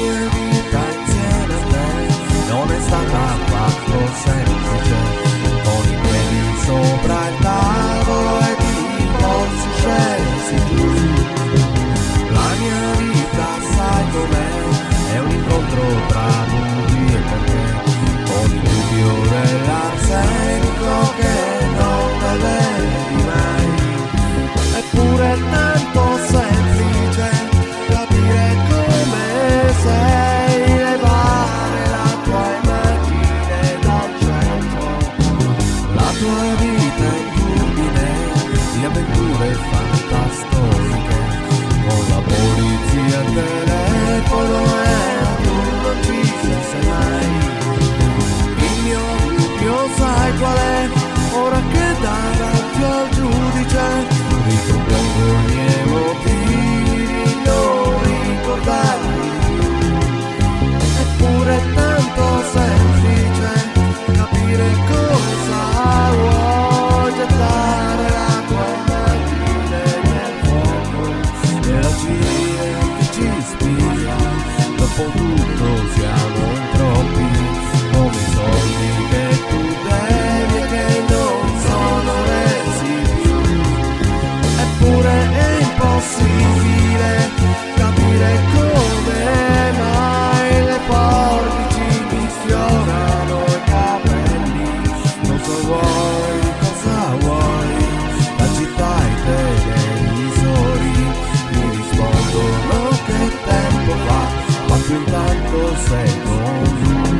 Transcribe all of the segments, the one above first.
mia vita insieme a te non è stata affatto semplice, con i piedi sopra il tavolo ed i polsi scesi giù. La mia vita sai com'è, è un incontro tra bugie e perché, con il dubbio dell'arsenico che non bevevi mai. Eppure è tanto semplice capire come sei, levare la tua immagine dal centro. La tua vita è in turbine di avventure fantastiche, con la polizia al telefono e tu non ci sei mai. Il mio dubbio sai qual è, ora che davanti al giudice ricompongo i miei motivi di non ricordarmi più. Eppure è tanto semplice capire cosa vuoi, gettare la tua immagine nel fuoco e agire che ci ispira. Dopo tutto siamo in troppi, come i soldi che tu devi e che non sono resi più. Eppure è impossibile capire come mai le forbici mi sfiorano i capelli. Cosa vuoi, la città e i televisori mi rispondono che tempo fa, ma tu intanto sei con lui.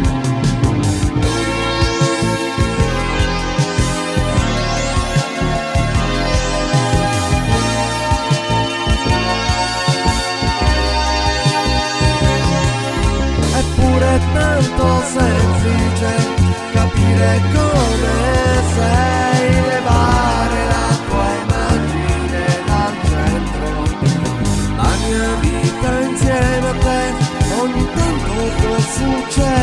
Eppure è tanto semplice capire come sei, levare la tua immagine dal centro. La mia vita insieme a te ogni tanto può succedere.